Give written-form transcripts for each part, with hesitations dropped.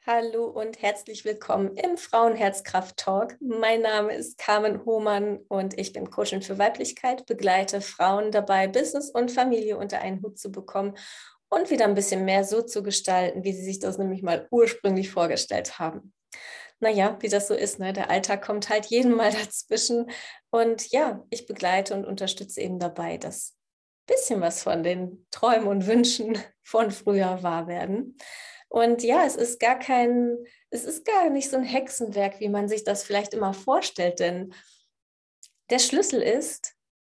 Hallo und herzlich willkommen im Frauenherzkraft-Talk. Mein Name ist Carmen Hohmann und ich bin Coachin für Weiblichkeit, begleite Frauen dabei, Business und Familie unter einen Hut zu bekommen und wieder ein bisschen mehr so zu gestalten, wie sie sich das nämlich mal ursprünglich vorgestellt haben. Naja, wie das so ist, ne? Der Alltag kommt halt jedem mal dazwischen. Und ja, ich begleite und unterstütze eben dabei, dass ein bisschen was von den Träumen und Wünschen von früher wahr werden. Und ja, es ist gar nicht so ein Hexenwerk, wie man sich das vielleicht immer vorstellt, denn der Schlüssel ist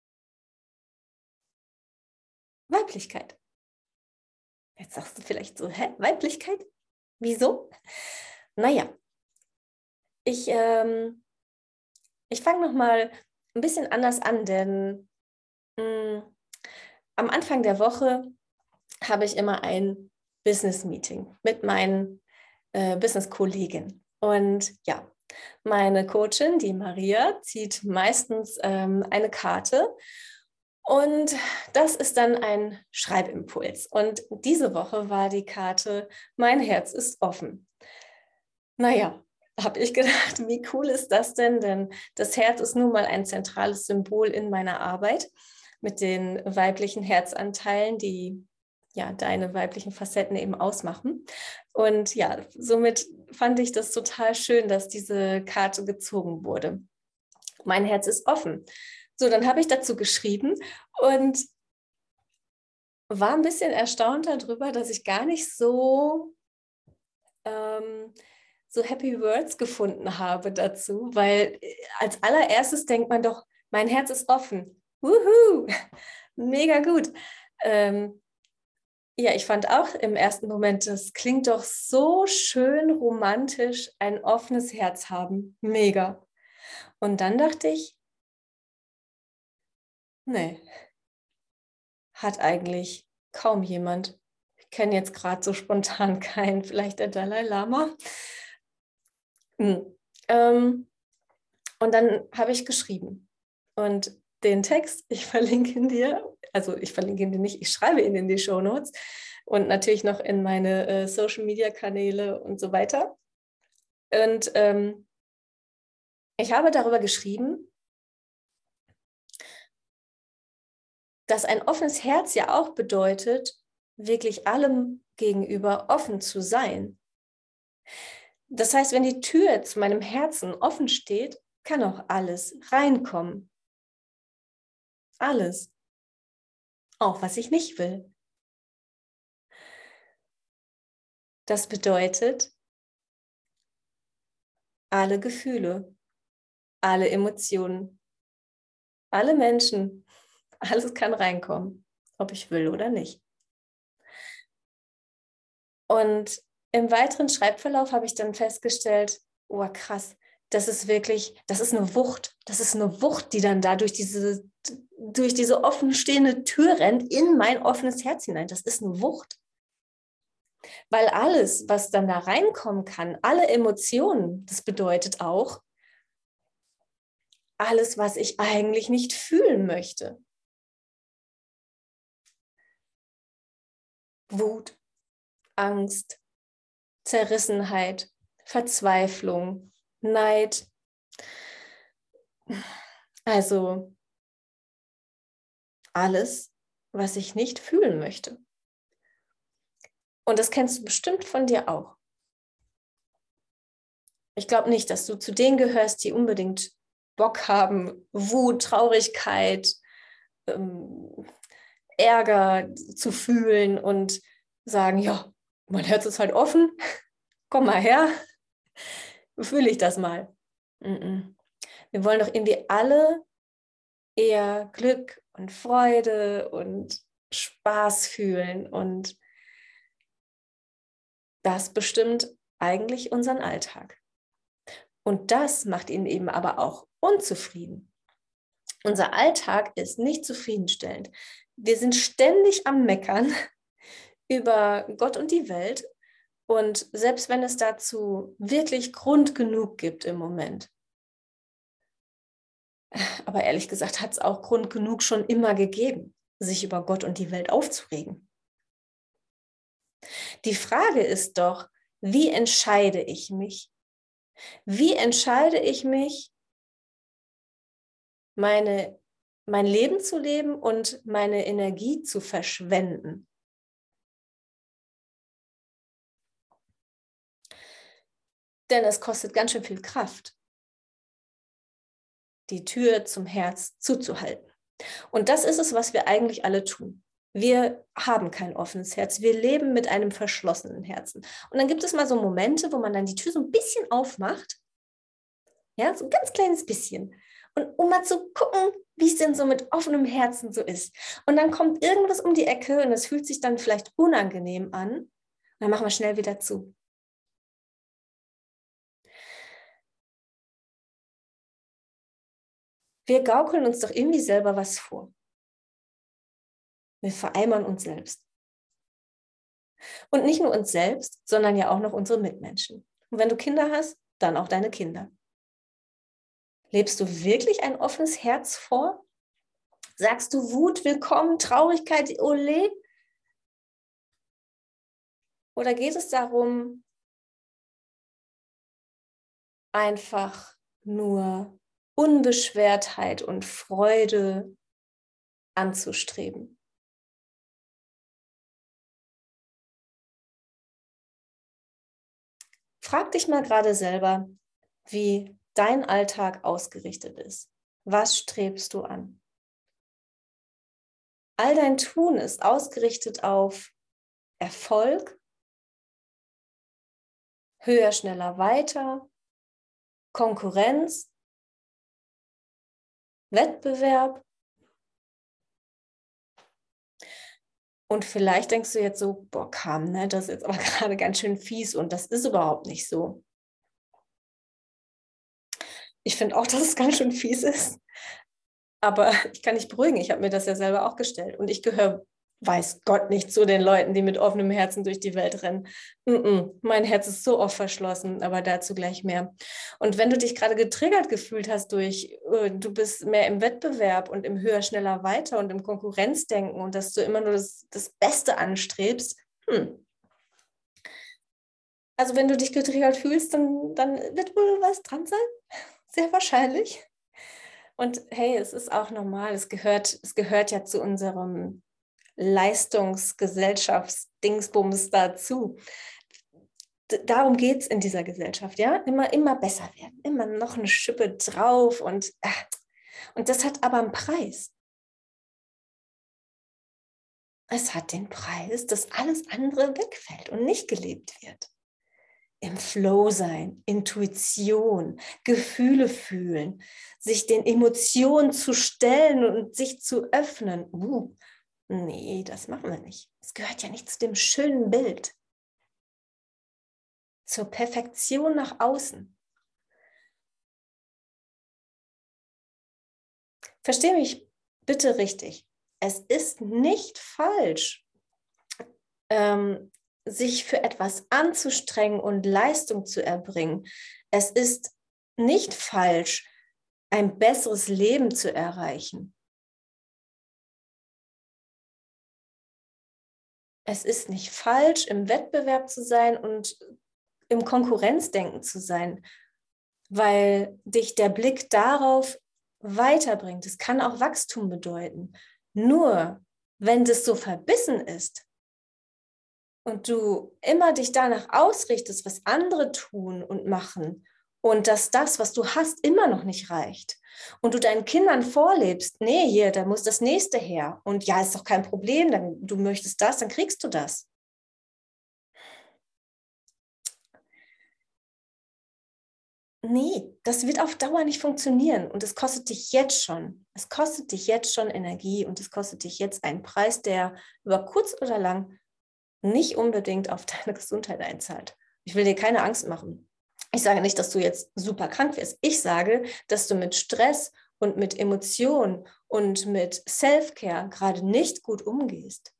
Weiblichkeit. Jetzt sagst du vielleicht so, hä, Weiblichkeit? Wieso? Naja, ich, ich fange nochmal ein bisschen anders an, denn am Anfang der Woche habe ich immer ein Business-Meeting mit meinen Business-Kolleginnen. Und ja, meine Coachin, die Maria, zieht meistens eine Karte und das ist dann ein Schreibimpuls. Und diese Woche war die Karte Mein Herz ist offen. Naja, habe ich gedacht, wie cool ist das denn? Denn das Herz ist nun mal ein zentrales Symbol in meiner Arbeit mit den weiblichen Herzanteilen, die ja deine weiblichen Facetten eben ausmachen. Und ja, somit fand ich das total schön, dass diese Karte gezogen wurde. Mein Herz ist offen. So, dann habe ich dazu geschrieben und war ein bisschen erstaunt darüber, dass ich gar nicht so so Happy Words gefunden habe dazu, weil als allererstes denkt man doch, mein Herz ist offen. Wuhu! Mega gut. Ja, ich fand auch im ersten Moment, das klingt doch so schön romantisch, ein offenes Herz haben. Mega. Und dann dachte ich, nee, hat eigentlich kaum jemand. Ich kenne jetzt gerade so spontan keinen, vielleicht der Dalai Lama. Und dann habe ich geschrieben. Und den Text, ich verlinke ihn dir, also ich verlinke ihn dir nicht, ich schreibe ihn in die Shownotes und natürlich noch in meine Social-Media-Kanäle und so weiter. Und ich habe darüber geschrieben, dass ein offenes Herz ja auch bedeutet, wirklich allem gegenüber offen zu sein. Das heißt, wenn die Tür zu meinem Herzen offen steht, kann auch alles reinkommen. Alles. Auch was ich nicht will. Das bedeutet, alle Gefühle, alle Emotionen, alle Menschen, alles kann reinkommen, ob ich will oder nicht. Und im weiteren Schreibverlauf habe ich dann festgestellt, oh krass, das ist eine Wucht. Das ist eine Wucht, die dann da durch diese offen stehende Tür rennt in mein offenes Herz hinein. Das ist eine Wucht. Weil alles, was dann da reinkommen kann, alle Emotionen, das bedeutet auch alles, was ich eigentlich nicht fühlen möchte. Wut, Angst, Zerrissenheit, Verzweiflung, Neid. Also alles, was ich nicht fühlen möchte. Und das kennst du bestimmt von dir auch. Ich glaube nicht, dass du zu denen gehörst, die unbedingt Bock haben, Wut, Traurigkeit, Ärger zu fühlen und sagen, ja, mein Herz ist halt offen, komm mal her, fühle ich das mal. Wir wollen doch irgendwie alle eher Glück und Freude und Spaß fühlen und das bestimmt eigentlich unseren Alltag. Und das macht ihn eben aber auch unzufrieden. Unser Alltag ist nicht zufriedenstellend. Wir sind ständig am Meckern über Gott und die Welt. Und selbst wenn es dazu wirklich Grund genug gibt im Moment, aber ehrlich gesagt hat es auch Grund genug schon immer gegeben, sich über Gott und die Welt aufzuregen. Die Frage ist doch, Wie entscheide ich mich? Wie entscheide ich mich, mein Leben zu leben und meine Energie zu verschwenden? Denn es kostet ganz schön viel Kraft, die Tür zum Herz zuzuhalten. Und das ist es, was wir eigentlich alle tun. Wir haben kein offenes Herz. Wir leben mit einem verschlossenen Herzen. Und dann gibt es mal so Momente, wo man dann die Tür so ein bisschen aufmacht. Ja, so ein ganz kleines bisschen. Und um mal zu gucken, wie es denn so mit offenem Herzen so ist. Und dann kommt irgendwas um die Ecke und es fühlt sich dann vielleicht unangenehm an. Und dann machen wir schnell wieder zu. Wir gaukeln uns doch irgendwie selber was vor. Wir vereimern uns selbst. Und nicht nur uns selbst, sondern ja auch noch unsere Mitmenschen. Und wenn du Kinder hast, dann auch deine Kinder. Lebst du wirklich ein offenes Herz vor? Sagst du Wut, willkommen, Traurigkeit, ole? Oder geht es darum, einfach nur Unbeschwertheit und Freude anzustreben? Frag dich mal gerade selber, wie dein Alltag ausgerichtet ist. Was strebst du an? All dein Tun ist ausgerichtet auf Erfolg, höher, schneller, weiter, Konkurrenz, Wettbewerb. Und vielleicht denkst du jetzt so, boah, Carmen, ne, das ist jetzt aber gerade ganz schön fies und das ist überhaupt nicht so. Ich finde auch, dass es ganz schön fies ist, aber ich kann dich beruhigen, ich habe mir das ja selber auch gestellt und ich gehöre, weiß Gott, nicht zu den Leuten, die mit offenem Herzen durch die Welt rennen. Mein Herz ist so oft verschlossen, aber dazu gleich mehr. Und wenn du dich gerade getriggert gefühlt hast durch, du bist mehr im Wettbewerb und im höher, schneller, weiter und im Konkurrenzdenken und dass du immer nur das Beste anstrebst, also wenn du dich getriggert fühlst, dann wird wohl was dran sein, sehr wahrscheinlich. Und hey, es ist auch normal, es gehört ja zu unserem Leistungsgesellschaftsdingsbums dazu. Darum geht es in dieser Gesellschaft, ja? Immer besser werden, immer noch eine Schippe drauf und das hat aber einen Preis. Es hat den Preis, dass alles andere wegfällt und nicht gelebt wird. Im Flow sein, Intuition, Gefühle fühlen, sich den Emotionen zu stellen und sich zu öffnen. Nee, das machen wir nicht. Es gehört ja nicht zu dem schönen Bild. Zur Perfektion nach außen. Versteh mich bitte richtig. Es ist nicht falsch, sich für etwas anzustrengen und Leistung zu erbringen. Es ist nicht falsch, ein besseres Leben zu erreichen. Es ist nicht falsch, im Wettbewerb zu sein und im Konkurrenzdenken zu sein, weil dich der Blick darauf weiterbringt. Es kann auch Wachstum bedeuten. Nur, wenn das so verbissen ist und du immer dich danach ausrichtest, was andere tun und machen und dass das, was du hast, immer noch nicht reicht und du deinen Kindern vorlebst, nee, hier, da muss das Nächste her und ja, ist doch kein Problem, du möchtest das, dann kriegst du das. Nee, das wird auf Dauer nicht funktionieren und es kostet dich jetzt schon. Es kostet dich jetzt schon Energie und es kostet dich jetzt einen Preis, der über kurz oder lang nicht unbedingt auf deine Gesundheit einzahlt. Ich will dir keine Angst machen. Ich sage nicht, dass du jetzt super krank wirst. Ich sage, dass du mit Stress und mit Emotionen und mit Self-Care gerade nicht gut umgehst.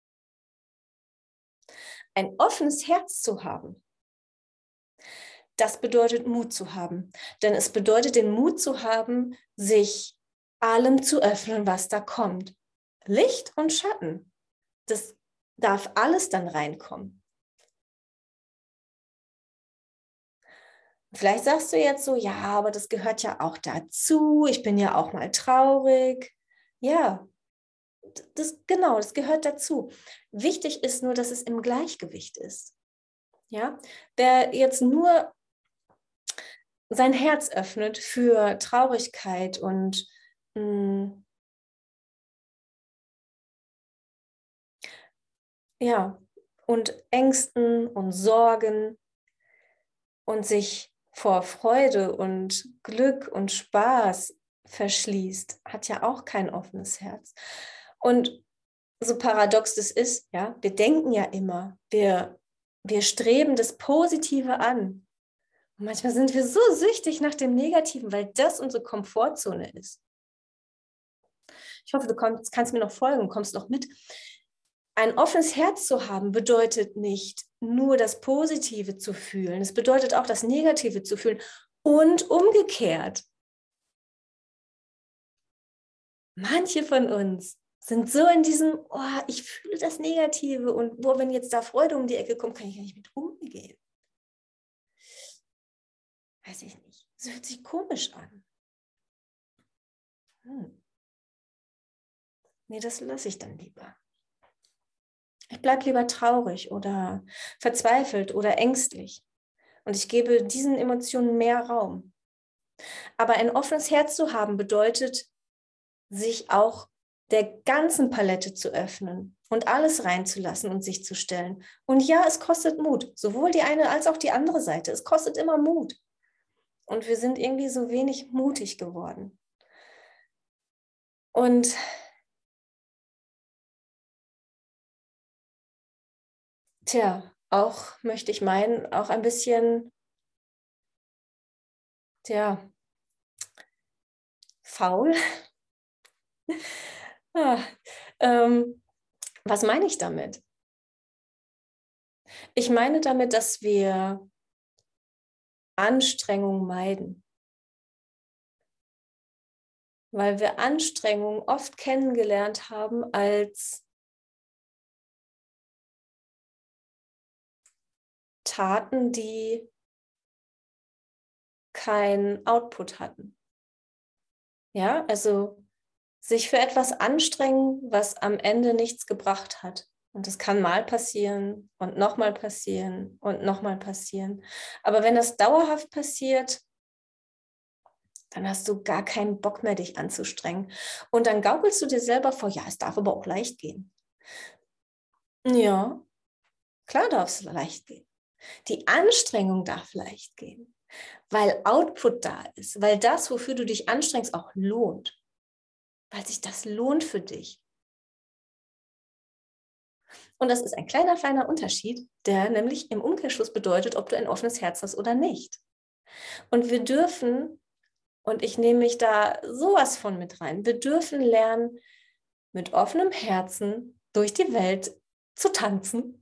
Ein offenes Herz zu haben, das bedeutet Mut zu haben. Denn es bedeutet den Mut zu haben, sich allem zu öffnen, was da kommt. Licht und Schatten, das darf alles dann reinkommen. Vielleicht sagst du jetzt so, ja, aber das gehört ja auch dazu. Ich bin ja auch mal traurig. Ja, das gehört dazu. Wichtig ist nur, dass es im Gleichgewicht ist. Ja, wer jetzt nur sein Herz öffnet für Traurigkeit und ja, und Ängsten und Sorgen und sich vor Freude und Glück und Spaß verschließt, hat ja auch kein offenes Herz. Und so paradox das ist, ja, wir denken ja immer, wir streben das Positive an. Und manchmal sind wir so süchtig nach dem Negativen, weil das unsere Komfortzone ist. Ich hoffe, du kannst mir noch folgen, kommst noch mit. Ein offenes Herz zu haben bedeutet nicht nur das Positive zu fühlen, es bedeutet auch das Negative zu fühlen und umgekehrt. Manche von uns sind so in diesem, oh, ich fühle das Negative und boah, wenn jetzt da Freude um die Ecke kommt, kann ich ja nicht mit umgehen. Weiß ich nicht. Es fühlt sich komisch an. Nee, das lasse ich dann lieber. Ich bleibe lieber traurig oder verzweifelt oder ängstlich. Und ich gebe diesen Emotionen mehr Raum. Aber ein offenes Herz zu haben bedeutet, sich auch der ganzen Palette zu öffnen und alles reinzulassen und sich zu stellen. Und ja, es kostet Mut, sowohl die eine als auch die andere Seite. Es kostet immer Mut. Und wir sind irgendwie so wenig mutig geworden. Und tja, auch möchte ich meinen, auch ein bisschen, tja, faul. Ah, was meine ich damit? Ich meine damit, dass wir Anstrengung meiden, weil wir Anstrengung oft kennengelernt haben als Taten, die keinen Output hatten. Ja, also sich für etwas anstrengen, was am Ende nichts gebracht hat. Und das kann mal passieren und nochmal passieren und nochmal passieren. Aber wenn das dauerhaft passiert, dann hast du gar keinen Bock mehr, dich anzustrengen. Und dann gaukelst du dir selber vor, ja, es darf aber auch leicht gehen. Ja, klar darf es leicht gehen. Die Anstrengung darf leicht gehen, weil Output da ist, weil das, wofür du dich anstrengst, auch lohnt, weil sich das lohnt für dich. Und das ist ein kleiner, feiner Unterschied, der nämlich im Umkehrschluss bedeutet, ob du ein offenes Herz hast oder nicht. Und wir dürfen, und ich nehme mich da sowas von mit rein, wir dürfen lernen, mit offenem Herzen durch die Welt zu tanzen,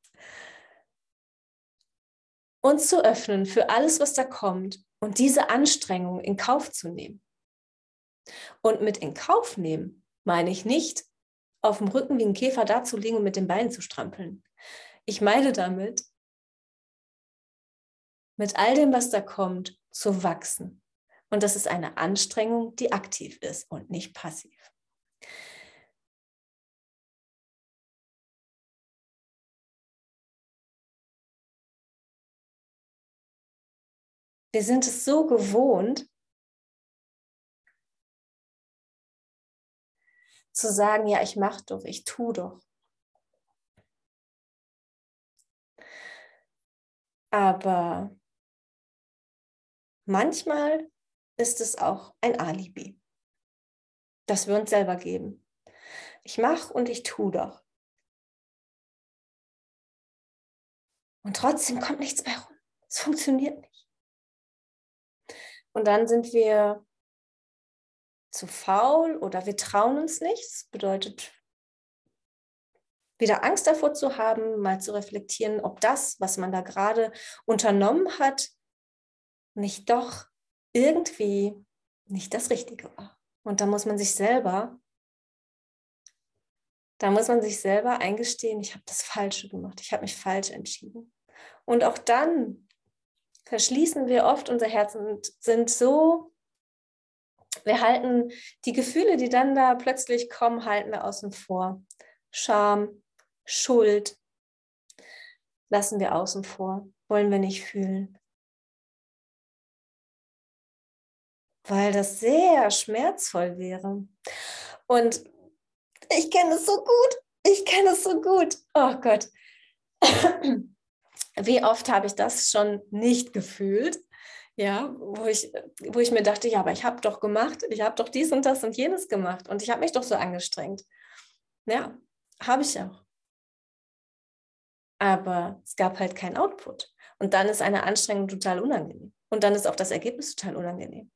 uns zu öffnen für alles, was da kommt und diese Anstrengung in Kauf zu nehmen. Und mit in Kauf nehmen meine ich nicht, auf dem Rücken wie ein Käfer dazulegen und mit den Beinen zu strampeln. Ich meine damit, mit all dem, was da kommt, zu wachsen. Und das ist eine Anstrengung, die aktiv ist und nicht passiv. Wir sind es so gewohnt, zu sagen, ja, ich mache doch, ich tue doch. Aber manchmal ist es auch ein Alibi, das wir uns selber geben. Ich mache und ich tue doch. Und trotzdem kommt nichts mehr rum. Es funktioniert nicht. Und dann sind wir zu faul oder wir trauen uns nicht. Das bedeutet, wieder Angst davor zu haben, mal zu reflektieren, ob das, was man da gerade unternommen hat, nicht doch irgendwie nicht das Richtige war. Und da muss man sich selber eingestehen, ich habe das Falsche gemacht, ich habe mich falsch entschieden. Und auch dann verschließen wir oft unser Herz und sind so, wir halten die Gefühle, die dann da plötzlich kommen, halten wir außen vor. Scham, Schuld lassen wir außen vor, wollen wir nicht fühlen. Weil das sehr schmerzvoll wäre. Und ich kenne es so gut. Ich kenne es so gut. Oh Gott. Wie oft habe ich das schon nicht gefühlt? Ja, wo ich mir dachte, ja, aber ich habe doch gemacht, ich habe doch dies und das und jenes gemacht und ich habe mich doch so angestrengt. Ja, habe ich auch. Aber es gab halt keinen Output. Und dann ist eine Anstrengung total unangenehm. Und dann ist auch das Ergebnis total unangenehm.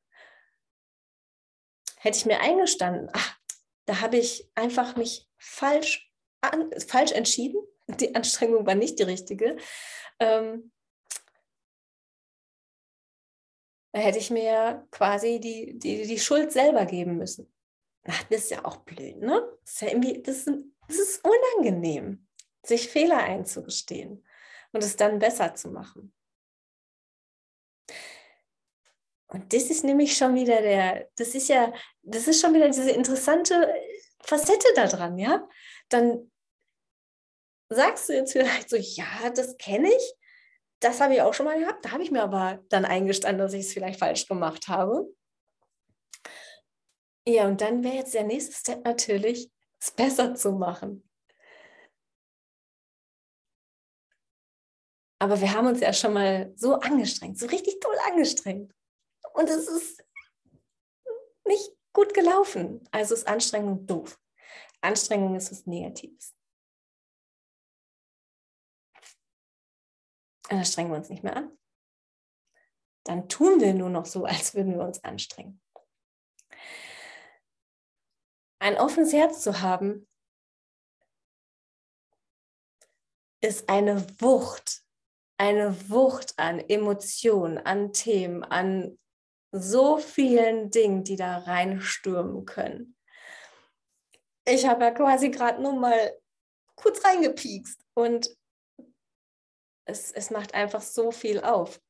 Hätte ich mir eingestanden, da habe ich einfach mich falsch entschieden. Die Anstrengung war nicht die richtige. Da hätte ich mir quasi die Schuld selber geben müssen. Ach, das ist ja auch blöd, ne? Das ist ja irgendwie, das ist unangenehm, sich Fehler einzugestehen und es dann besser zu machen. Und das ist nämlich schon wieder das ist schon wieder diese interessante Facette da dran, ja? Dann sagst du jetzt vielleicht so, ja, das kenne ich, das habe ich auch schon mal gehabt, da habe ich mir aber dann eingestanden, dass ich es vielleicht falsch gemacht habe. Ja, und dann wäre jetzt der nächste Step natürlich, es besser zu machen. Aber wir haben uns ja schon mal so angestrengt, so richtig toll angestrengt. Und es ist nicht gut gelaufen. Also ist Anstrengung doof. Anstrengung ist was Negatives. Und dann strengen wir uns nicht mehr an. Dann tun wir nur noch so, als würden wir uns anstrengen. Ein offenes Herz zu haben, ist eine Wucht an Emotionen, an Themen, an so vielen Dingen, die da reinstürmen können. Ich habe ja quasi gerade nur mal kurz reingepiekst und es macht einfach so viel auf.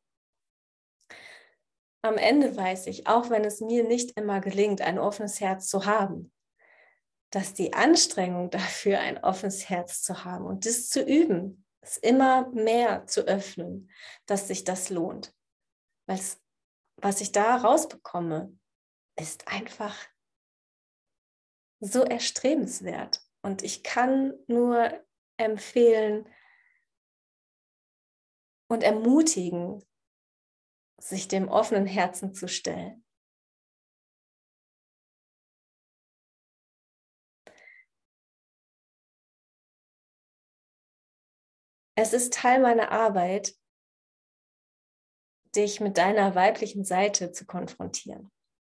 Am Ende weiß ich, auch wenn es mir nicht immer gelingt, ein offenes Herz zu haben, dass die Anstrengung dafür, ein offenes Herz zu haben und das zu üben, es immer mehr zu öffnen, dass sich das lohnt. Weil was ich da rausbekomme, ist einfach so erstrebenswert. Und ich kann nur empfehlen und ermutigen, sich dem offenen Herzen zu stellen. Es ist Teil meiner Arbeit, dich mit deiner weiblichen Seite zu konfrontieren.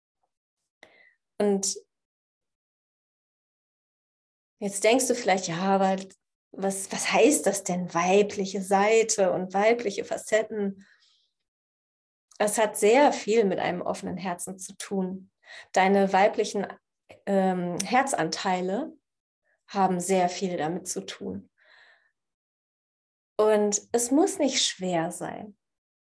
Und jetzt denkst du vielleicht, ja, aber was heißt das denn, weibliche Seite und weibliche Facetten? Es hat sehr viel mit einem offenen Herzen zu tun. Deine weiblichen Herzanteile haben sehr viel damit zu tun. Und es muss nicht schwer sein.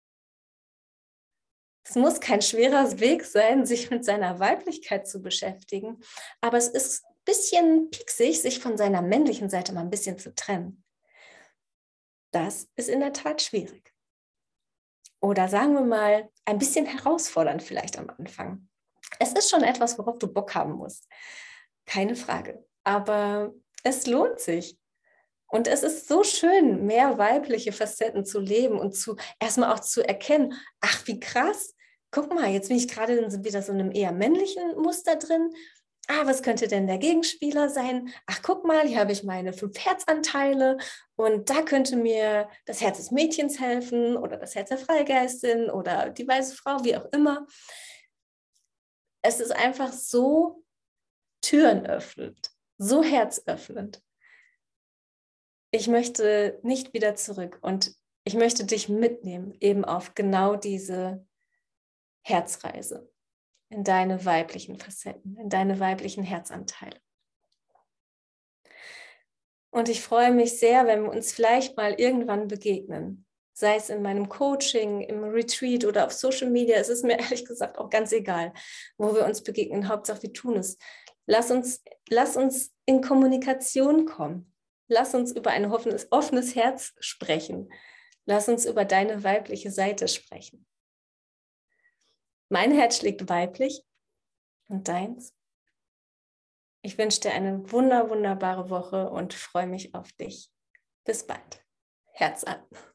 Es muss kein schwerer Weg sein, sich mit seiner Weiblichkeit zu beschäftigen, aber es ist ein bisschen pieksig, sich von seiner männlichen Seite mal ein bisschen zu trennen. Das ist in der Tat schwierig. Oder sagen wir mal, ein bisschen herausfordernd vielleicht am Anfang. Es ist schon etwas, worauf du Bock haben musst. Keine Frage. Aber es lohnt sich. Und es ist so schön, mehr weibliche Facetten zu leben und erstmal auch zu erkennen, ach, wie krass, guck mal, jetzt bin ich gerade wieder so in einem eher männlichen Muster drin. Was könnte denn der Gegenspieler sein? Ach, guck mal, hier habe ich meine 5 Herzanteile und da könnte mir das Herz des Mädchens helfen oder das Herz der Freigeistin oder die weiße Frau, wie auch immer. Es ist einfach so türenöffnend, so herzöffnend. Ich möchte nicht wieder zurück und ich möchte dich mitnehmen, eben auf genau diese Herzreise, in deine weiblichen Facetten, in deine weiblichen Herzanteile. Und ich freue mich sehr, wenn wir uns vielleicht mal irgendwann begegnen sei es in meinem Coaching, im Retreat oder auf Social Media, es ist mir ehrlich gesagt auch ganz egal, wo wir uns begegnen. Hauptsache, wir tun es. Lass uns in Kommunikation kommen. Lass uns über ein offenes Herz sprechen. Lass uns über deine weibliche Seite sprechen. Mein Herz schlägt weiblich und deins. Ich wünsche dir eine wunderbare Woche und freue mich auf dich. Bis bald. Herz an.